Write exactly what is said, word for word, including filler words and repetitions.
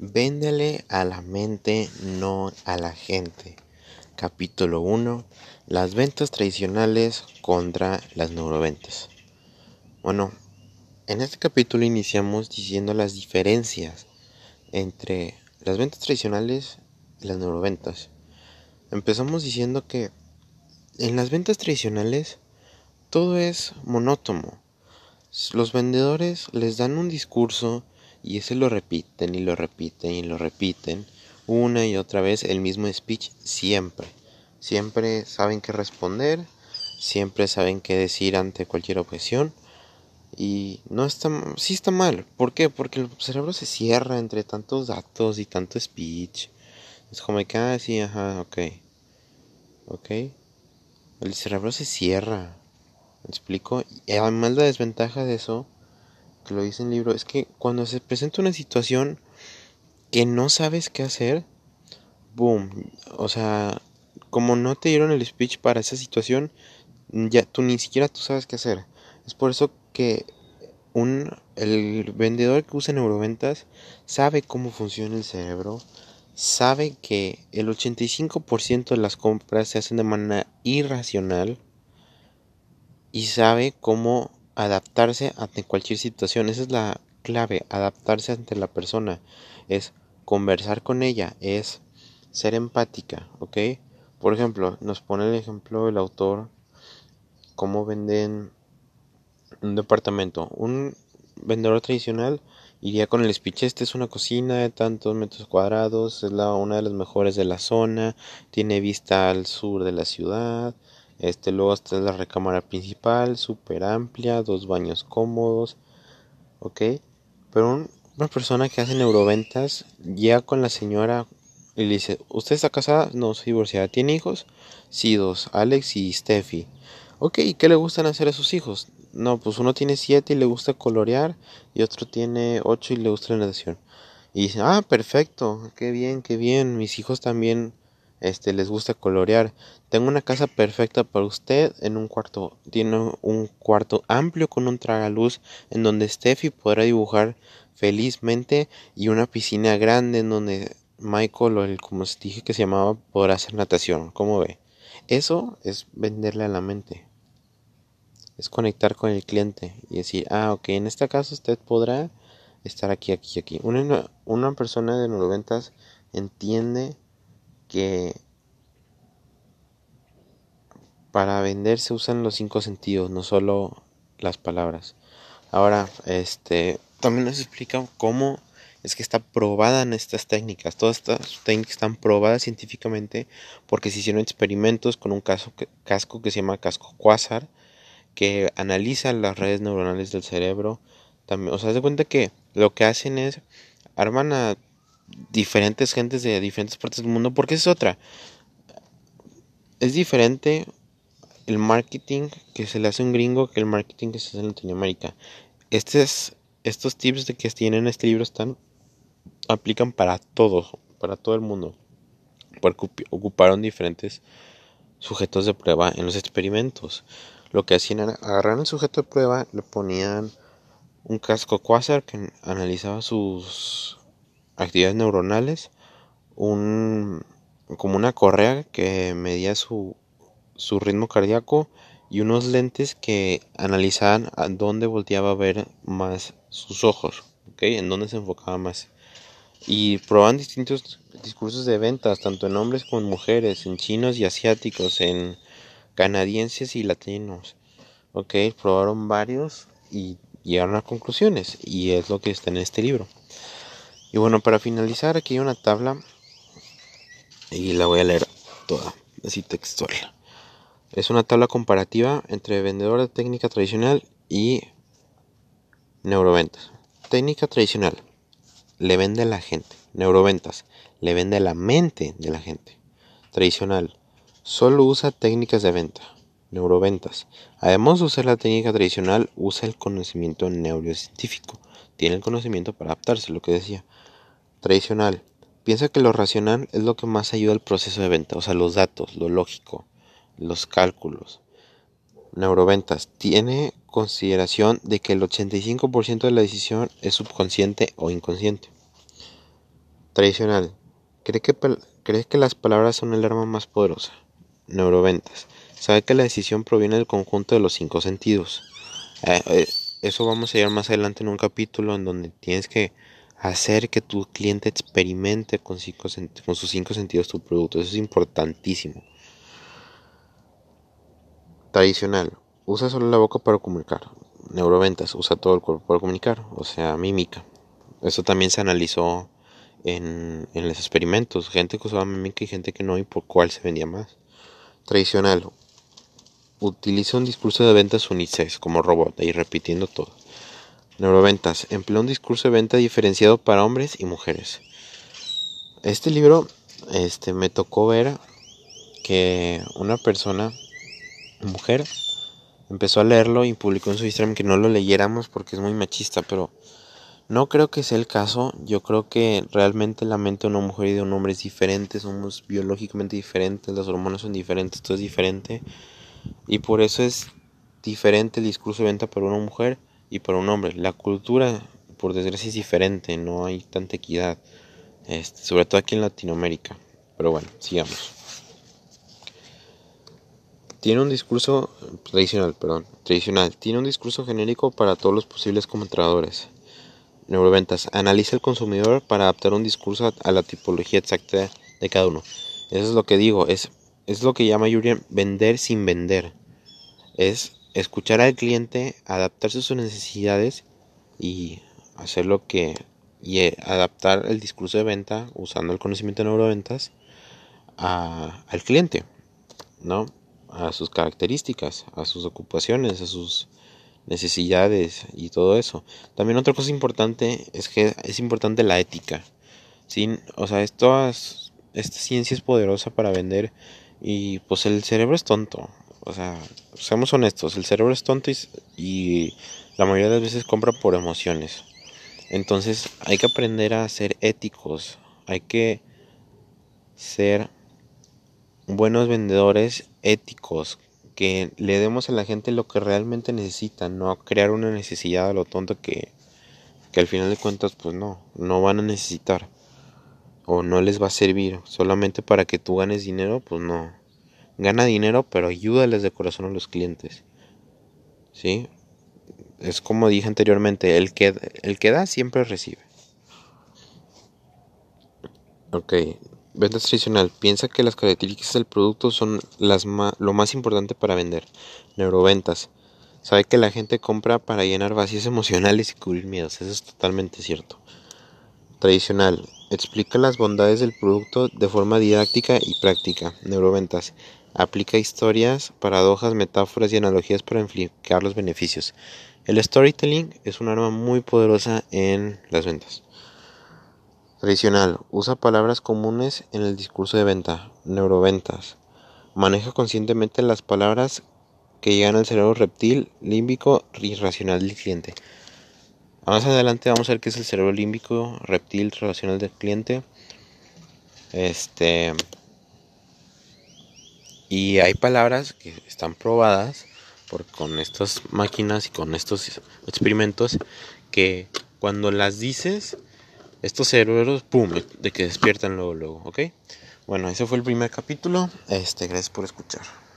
Véndele a la mente, no a la gente. Capítulo uno. Las ventas tradicionales contra las neuroventas. Bueno, en este capítulo iniciamos diciendo las diferencias entre las ventas tradicionales y las neuroventas. Empezamos diciendo que en las ventas tradicionales todo es monótono. Los vendedores les dan un discurso y ese lo repiten y lo repiten y lo repiten una y otra vez el mismo speech siempre. Siempre saben qué responder, siempre saben qué decir ante cualquier objeción y no está, sí está mal. ¿Por qué? Porque el cerebro se cierra entre tantos datos y tanto speech. Es como que, ah, sí, ajá, ok, ok. El cerebro se cierra, ¿me explico? Y además la desventaja de eso, que lo dice en el libro, es que cuando se presenta una situación que no sabes qué hacer, boom, o sea, como no te dieron el speech para esa situación, ya tú ni siquiera tú sabes qué hacer. Es por eso que un el vendedor que usa neuroventas sabe cómo funciona el cerebro, sabe que el ochenta y cinco por ciento de las compras se hacen de manera irracional y sabe cómo adaptarse ante cualquier situación. Esa es la clave, adaptarse ante la persona. Es conversar con ella, es ser empática, ¿ok? Por ejemplo, nos pone el ejemplo el autor, cómo venden un departamento. Un vendedor tradicional iría con el speech: este es una cocina de tantos metros cuadrados, es la, una de las mejores de la zona, tiene vista al sur de la ciudad, este luego esta es la recámara principal, súper amplia, dos baños cómodos, ¿ok? Pero un, una persona que hace neuroventas llega con la señora y le dice: ¿usted está casada? No, soy divorciada. ¿Tiene hijos? Sí, dos, Alex y Steffi. Ok, ¿qué le gustan hacer a sus hijos? No, pues uno tiene siete y le gusta colorear y otro tiene ocho y le gusta la natación. Y dice: ah, perfecto, qué bien, qué bien, mis hijos también este, les gusta colorear. Tengo una casa perfecta para usted en un cuarto. Tiene un cuarto amplio con un tragaluz en donde Steffi podrá dibujar felizmente y una piscina grande en donde Michael, o el, como dije que se llamaba, podrá hacer natación. ¿Cómo ve? Eso es venderle a la mente. Es conectar con el cliente y decir: ah, ok, en este caso usted podrá estar aquí, aquí, aquí. Una, una persona de neuroventas entiende que para vender se usan los cinco sentidos, no solo las palabras. Ahora, este, también nos explica cómo es que está probada en estas técnicas. Todas estas técnicas están probadas científicamente porque se hicieron experimentos con un caso que, casco que se llama casco Quasar, que analiza las redes neuronales del cerebro. También, o sea, se cuenta que lo que hacen es arman a diferentes gentes de diferentes partes del mundo, porque es otra. Es diferente el marketing que se le hace a un gringo que el marketing que se hace en Latinoamérica. Estes, estos tips de que tienen este libro están aplican para todos, para todo el mundo, porque ocuparon diferentes sujetos de prueba en los experimentos. Lo que hacían era agarrar el sujeto de prueba, le ponían un casco Quasar que analizaba sus actividades neuronales, un como una correa que medía su, su ritmo cardíaco y unos lentes que analizaban a dónde volteaba a ver más sus ojos, ¿okay? En dónde se enfocaba más. Y probaban distintos discursos de ventas, tanto en hombres como en mujeres, en chinos y asiáticos, en canadienses y latinos. Ok, probaron varios y llegaron a conclusiones, y es lo que está en este libro. Y bueno, para finalizar, aquí hay una tabla y la voy a leer toda, así textual. Es una tabla comparativa entre vendedor de técnica tradicional y neuroventas. Técnica tradicional: le vende a la gente. Neuroventas: le vende a la mente de la gente. Tradicional: solo usa técnicas de venta. Neuroventas: además de usar la técnica tradicional, usa el conocimiento neurocientífico. Tiene el conocimiento para adaptarse, lo que decía. Tradicional: piensa que lo racional es lo que más ayuda al proceso de venta, o sea, los datos, lo lógico, los cálculos. Neuroventas: tiene consideración de que el ochenta y cinco por ciento de la decisión es subconsciente o inconsciente. Tradicional. ¿Cree que, ¿Cree que las palabras son el arma más poderosa? Neuroventas. Sabe que la decisión proviene del conjunto de los cinco sentidos. Eh, eh, eso vamos a llegar más adelante en un capítulo en donde tienes que hacer que tu cliente experimente con, cinco, con sus cinco sentidos tu producto. Eso es importantísimo. Tradicional. Usa solo la boca para comunicar. Neuroventas. Usa todo el cuerpo para comunicar. O sea, mímica. Eso también se analizó en, en los experimentos. Gente que usaba mímica y gente que no, y por cuál se vendía más. Tradicional. Utiliza un discurso de ventas unisex como robot, ahí repitiendo todo. Neuroventas. Emplea un discurso de venta diferenciado para hombres y mujeres. Este libro este, me tocó ver que una persona, mujer, empezó a leerlo y publicó en su Instagram que no lo leyéramos porque es muy machista, pero no creo que sea el caso. Yo creo que realmente la mente de una mujer y de un hombre es diferente, somos biológicamente diferentes, las hormonas son diferentes, todo es diferente. Y por eso es diferente el discurso de venta para una mujer y para un hombre. La cultura, por desgracia, es diferente, no hay tanta equidad, este, sobre todo aquí en Latinoamérica. Pero bueno, sigamos. Tiene un discurso tradicional, perdón, tradicional. Tiene un discurso genérico para todos los posibles compradores. Neuroventas. Analiza el consumidor para adaptar un discurso a la tipología exacta de cada uno. Eso es lo que digo, es, es lo que llama Jurgen vender sin vender. Es escuchar al cliente, adaptarse a sus necesidades y hacer lo que y adaptar el discurso de venta usando el conocimiento de neuroventas a, al cliente, ¿no? A sus características, a sus ocupaciones, a sus necesidades y todo eso. También otra cosa importante es que es importante la ética. ¿Sí? O sea, esto es, esta ciencia es poderosa para vender y pues el cerebro es tonto. O sea, seamos honestos, el cerebro es tonto y, y la mayoría de las veces compra por emociones. Entonces hay que aprender a ser éticos, hay que ser buenos vendedores éticos, que le demos a la gente lo que realmente necesita, no crear una necesidad a lo tonto que, que al final de cuentas pues no, no van a necesitar o no les va a servir solamente para que tú ganes dinero. Pues no, gana dinero pero ayúdales de corazón a los clientes, ¿sí? Es como dije anteriormente, el que, el que da siempre recibe. Ok, ventas tradicional. Piensa que las características del producto son las ma- lo más importante para vender. Neuroventas. Sabe que la gente compra para llenar vacíos emocionales y cubrir miedos. Eso es totalmente cierto. Tradicional. Explica las bondades del producto de forma didáctica y práctica. Neuroventas. Aplica historias, paradojas, metáforas y analogías para explicar los beneficios. El storytelling es un arma muy poderosa en las ventas. Tradicional. Usa palabras comunes en el discurso de venta. Neuroventas. Maneja conscientemente las palabras que llegan al cerebro reptil, límbico y racional del cliente. Más adelante vamos a ver qué es el cerebro límbico, reptil, racional del cliente. Este. Y hay palabras que están probadas por, con estas máquinas y con estos experimentos que cuando las dices, estos cerebros, pum, de que despiertan luego, luego, ¿ok? Bueno, ese fue el primer capítulo. Este, gracias por escuchar.